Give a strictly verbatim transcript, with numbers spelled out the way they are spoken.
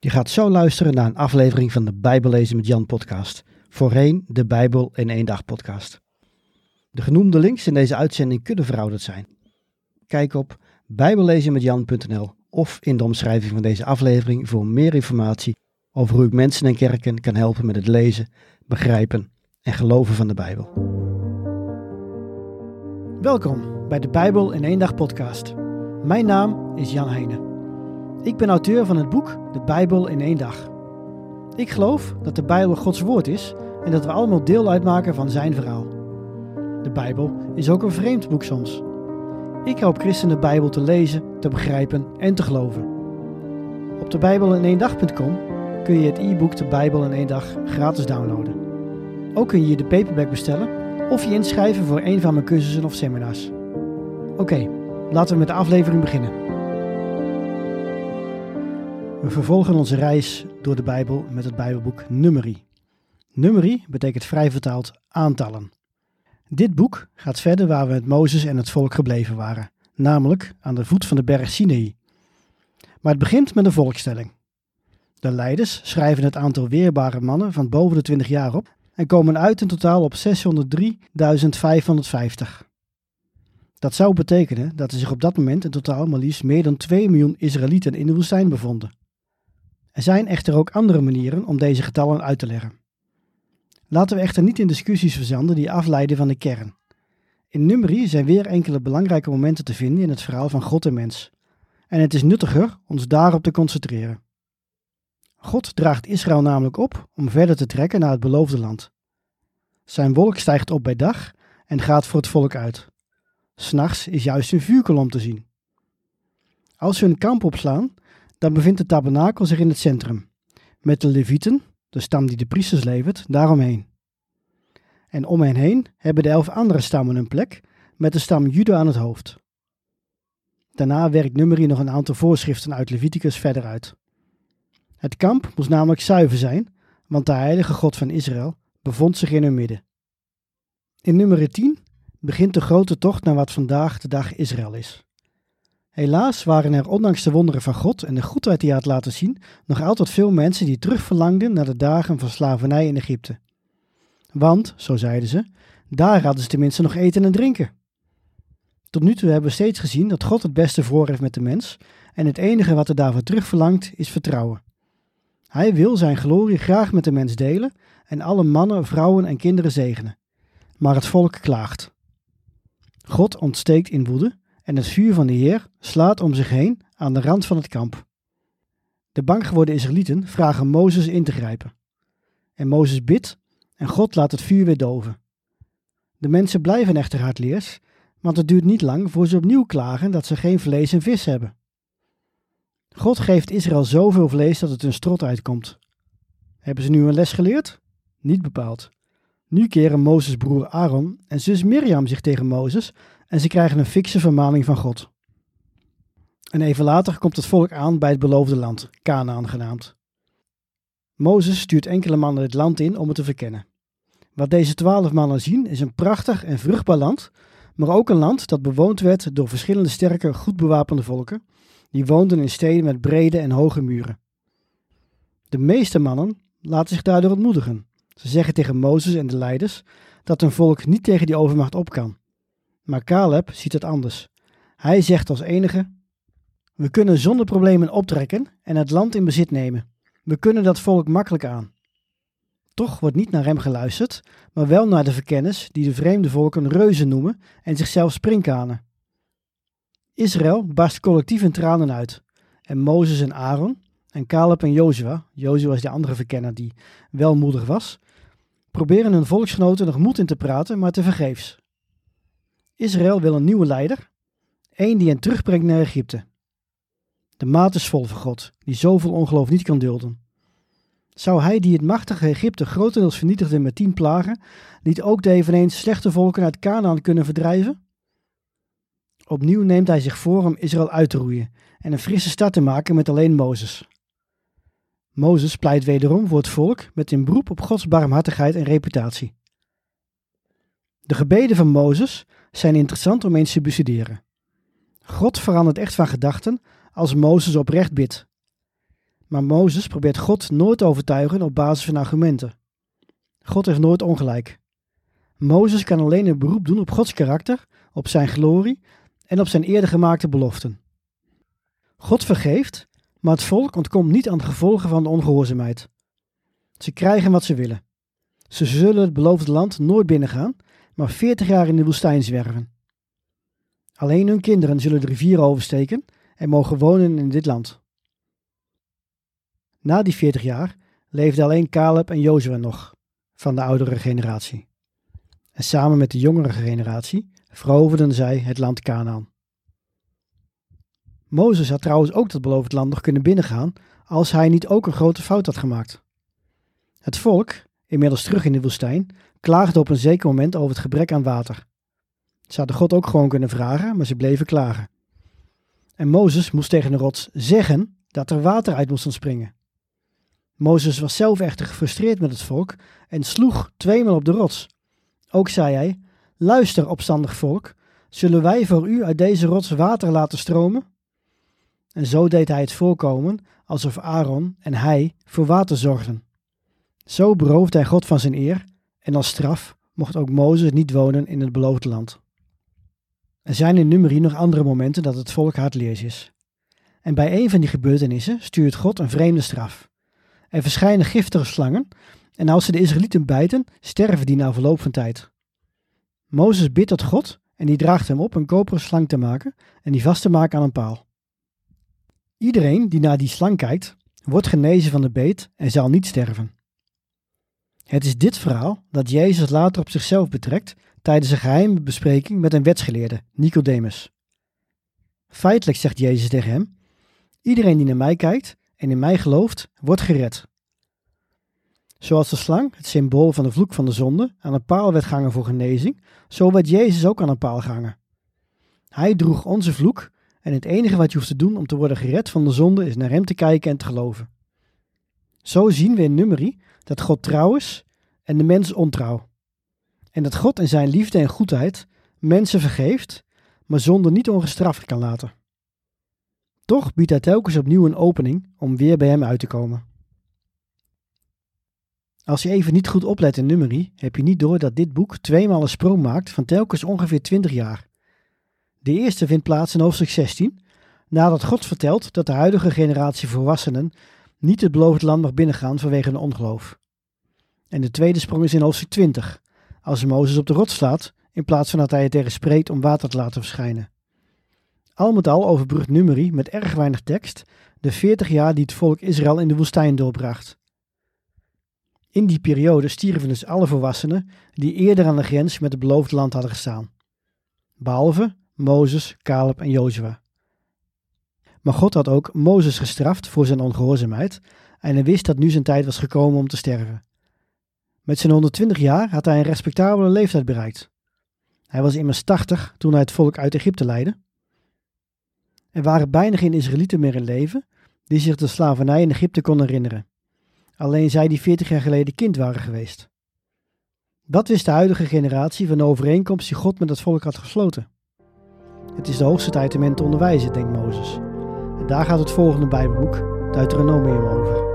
Je gaat zo luisteren naar een aflevering van de Bijbellezen met Jan podcast. Voorheen de Bijbel in één dag podcast. De genoemde links in deze uitzending kunnen verouderd zijn. Kijk op bijbellezenmetjan punt n l of in de omschrijving van deze aflevering voor meer informatie over hoe ik mensen en kerken kan helpen met het lezen, begrijpen en geloven van de Bijbel. Welkom bij de Bijbel in één dag podcast. Mijn naam is Jan Heijnen. Ik ben auteur van het boek De Bijbel in één dag. Ik geloof dat de Bijbel Gods woord is en dat we allemaal deel uitmaken van zijn verhaal. De Bijbel is ook een vreemd boek soms. Ik help christenen de Bijbel te lezen, te begrijpen en te geloven. Op de bijbel in één dag punt com kun je het e-book De Bijbel in één dag gratis downloaden. Ook kun je de paperback bestellen of je inschrijven voor een van mijn cursussen of seminars. Oké, okay, laten we met de aflevering beginnen. We vervolgen onze reis door de Bijbel met het Bijbelboek Numeri. Numeri betekent vrij vertaald aantallen. Dit boek gaat verder waar we met Mozes en het volk gebleven waren, namelijk aan de voet van de berg Sinaï. Maar het begint met een volkstelling. De leiders schrijven het aantal weerbare mannen van boven de twintig jaar op en komen uit in totaal op zeshonderddrieduizend vijfhonderdvijftig. Dat zou betekenen dat er zich op dat moment in totaal maar liefst meer dan twee miljoen Israëlieten in de woestijn bevonden. Er zijn echter ook andere manieren om deze getallen uit te leggen. Laten we echter niet in discussies verzanden die afleiden van de kern. In Numeri zijn weer enkele belangrijke momenten te vinden in het verhaal van God en mens. En het is nuttiger ons daarop te concentreren. God draagt Israël namelijk op om verder te trekken naar het beloofde land. Zijn wolk stijgt op bij dag en gaat voor het volk uit. 'S Nachts is juist een vuurkolom te zien. Als ze hun kamp opslaan, dan bevindt de tabernakel zich in het centrum, met de Levieten, de stam die de priesters levert, daaromheen. En om hen heen hebben de elf andere stammen een plek, met de stam Juda aan het hoofd. Daarna werkt Numeri nog een aantal voorschriften uit Leviticus verder uit. Het kamp moest namelijk zuiver zijn, want de heilige God van Israël bevond zich in hun midden. In Numeri tien begint de grote tocht naar wat vandaag de dag Israël is. Helaas waren er ondanks de wonderen van God en de goedheid die hij had laten zien, nog altijd veel mensen die terugverlangden naar de dagen van slavernij in Egypte. Want, zo zeiden ze, daar hadden ze tenminste nog eten en drinken. Tot nu toe hebben we steeds gezien dat God het beste voor heeft met de mens en het enige wat er daarvoor terugverlangt is vertrouwen. Hij wil zijn glorie graag met de mens delen en alle mannen, vrouwen en kinderen zegenen. Maar het volk klaagt. God ontsteekt in woede en het vuur van de Heer slaat om zich heen aan de rand van het kamp. De bang geworden Israëlieten vragen Mozes in te grijpen. En Mozes bidt en God laat het vuur weer doven. De mensen blijven echter hardleers, want het duurt niet lang voor ze opnieuw klagen dat ze geen vlees en vis hebben. God geeft Israël zoveel vlees dat het hun strot uitkomt. Hebben ze nu een les geleerd? Niet bepaald. Nu keren Mozes' broer Aaron en zus Mirjam zich tegen Mozes en ze krijgen een fikse vermaning van God. En even later komt het volk aan bij het beloofde land, Kanaan genaamd. Mozes stuurt enkele mannen het land in om het te verkennen. Wat deze twaalf mannen zien is een prachtig en vruchtbaar land, maar ook een land dat bewoond werd door verschillende sterke, goed bewapende volken, die woonden in steden met brede en hoge muren. De meeste mannen laten zich daardoor ontmoedigen. Ze zeggen tegen Mozes en de leiders dat hun volk niet tegen die overmacht op kan. Maar Caleb ziet het anders. Hij zegt als enige: we kunnen zonder problemen optrekken en het land in bezit nemen. We kunnen dat volk makkelijk aan. Toch wordt niet naar hem geluisterd, maar wel naar de verkenners die de vreemde volken reuzen noemen en zichzelf sprinkhanen. Israël barst collectief in tranen uit. En Mozes en Aaron en Caleb en Jozua, Jozua is de andere verkenner die welmoedig was, proberen hun volksgenoten nog moed in te praten, maar tevergeefs. Israël wil een nieuwe leider, één die hen terugbrengt naar Egypte. De maat is vol voor God, die zoveel ongeloof niet kan dulden. Zou hij die het machtige Egypte grotendeels vernietigde met tien plagen, niet ook de eveneens slechte volken uit Kanaan kunnen verdrijven? Opnieuw neemt hij zich voor om Israël uit te roeien en een frisse start te maken met alleen Mozes. Mozes pleit wederom voor het volk met een beroep op Gods barmhartigheid en reputatie. De gebeden van Mozes zijn interessant om eens te bestuderen. God verandert echt van gedachten als Mozes oprecht bidt. Maar Mozes probeert God nooit te overtuigen op basis van argumenten. God heeft nooit ongelijk. Mozes kan alleen een beroep doen op Gods karakter, op zijn glorie en op zijn eerder gemaakte beloften. God vergeeft, maar het volk ontkomt niet aan de gevolgen van de ongehoorzaamheid. Ze krijgen wat ze willen. Ze zullen het beloofde land nooit binnengaan, maar veertig jaar in de woestijn zwerven. Alleen hun kinderen zullen de rivier oversteken en mogen wonen in dit land. Na die veertig jaar leefden alleen Caleb en Jozua nog, van de oudere generatie. En samen met de jongere generatie veroverden zij het land Kanaan. Mozes had trouwens ook dat beloofd land nog kunnen binnengaan als hij niet ook een grote fout had gemaakt. Het volk, inmiddels terug in de woestijn, klaagde op een zeker moment over het gebrek aan water. Ze hadden God ook gewoon kunnen vragen, maar ze bleven klagen. En Mozes moest tegen de rots zeggen dat er water uit moest ontspringen. Mozes was zelf echter gefrustreerd met het volk en sloeg tweemaal op de rots. Ook zei hij: luister, opstandig volk, zullen wij voor u uit deze rots water laten stromen? En zo deed hij het voorkomen alsof Aaron en hij voor water zorgden. Zo beroofde hij God van zijn eer en als straf mocht ook Mozes niet wonen in het beloofde land. Er zijn in Numeri nog andere momenten dat het volk hardleers is. En bij een van die gebeurtenissen stuurt God een vreemde straf. Er verschijnen giftige slangen en als ze de Israëlieten bijten, sterven die na verloop van tijd. Mozes bidt tot God en die draagt hem op een koperen slang te maken en die vast te maken aan een paal. Iedereen die naar die slang kijkt, wordt genezen van de beet en zal niet sterven. Het is dit verhaal dat Jezus later op zichzelf betrekt tijdens een geheime bespreking met een wetsgeleerde, Nicodemus. Feitelijk zegt Jezus tegen hem: iedereen die naar mij kijkt en in mij gelooft, wordt gered. Zoals de slang, het symbool van de vloek van de zonde, aan een paal werd gehangen voor genezing, zo werd Jezus ook aan een paal gehangen. Hij droeg onze vloek en het enige wat je hoeft te doen om te worden gered van de zonde is naar hem te kijken en te geloven. Zo zien we in Numeri dat God trouw is en de mens ontrouw. En dat God in zijn liefde en goedheid mensen vergeeft, maar zonde niet ongestraft kan laten. Toch biedt hij telkens opnieuw een opening om weer bij hem uit te komen. Als je even niet goed oplet in Numeri, heb je niet door dat dit boek tweemaal een sprong maakt van telkens ongeveer twintig jaar. De eerste vindt plaats in hoofdstuk zestien, nadat God vertelt dat de huidige generatie volwassenen niet het beloofde land mag binnengaan vanwege hun ongeloof. En de tweede sprong is in hoofdstuk twintig, als Mozes op de rots slaat, in plaats van dat hij er tegen spreekt om water te laten verschijnen. Al met al overbrugt Numeri met erg weinig tekst de veertig jaar die het volk Israël in de woestijn doorbracht. In die periode stierven dus alle volwassenen die eerder aan de grens met het beloofde land hadden gestaan. Behalve Mozes, Caleb en Jozua. Maar God had ook Mozes gestraft voor zijn ongehoorzaamheid en hij wist dat nu zijn tijd was gekomen om te sterven. Met zijn honderdtwintig jaar had hij een respectabele leeftijd bereikt. Hij was immers tachtig toen hij het volk uit Egypte leidde. Er waren bijna geen Israëlieten meer in leven die zich de slavernij in Egypte konden herinneren. Alleen zij die veertig jaar geleden kind waren geweest. Wat wist de huidige generatie van de overeenkomst die God met het volk had gesloten? Het is de hoogste tijd om hen te onderwijzen, denkt Mozes. En daar gaat het volgende Bijbelboek, Deuteronomium, over.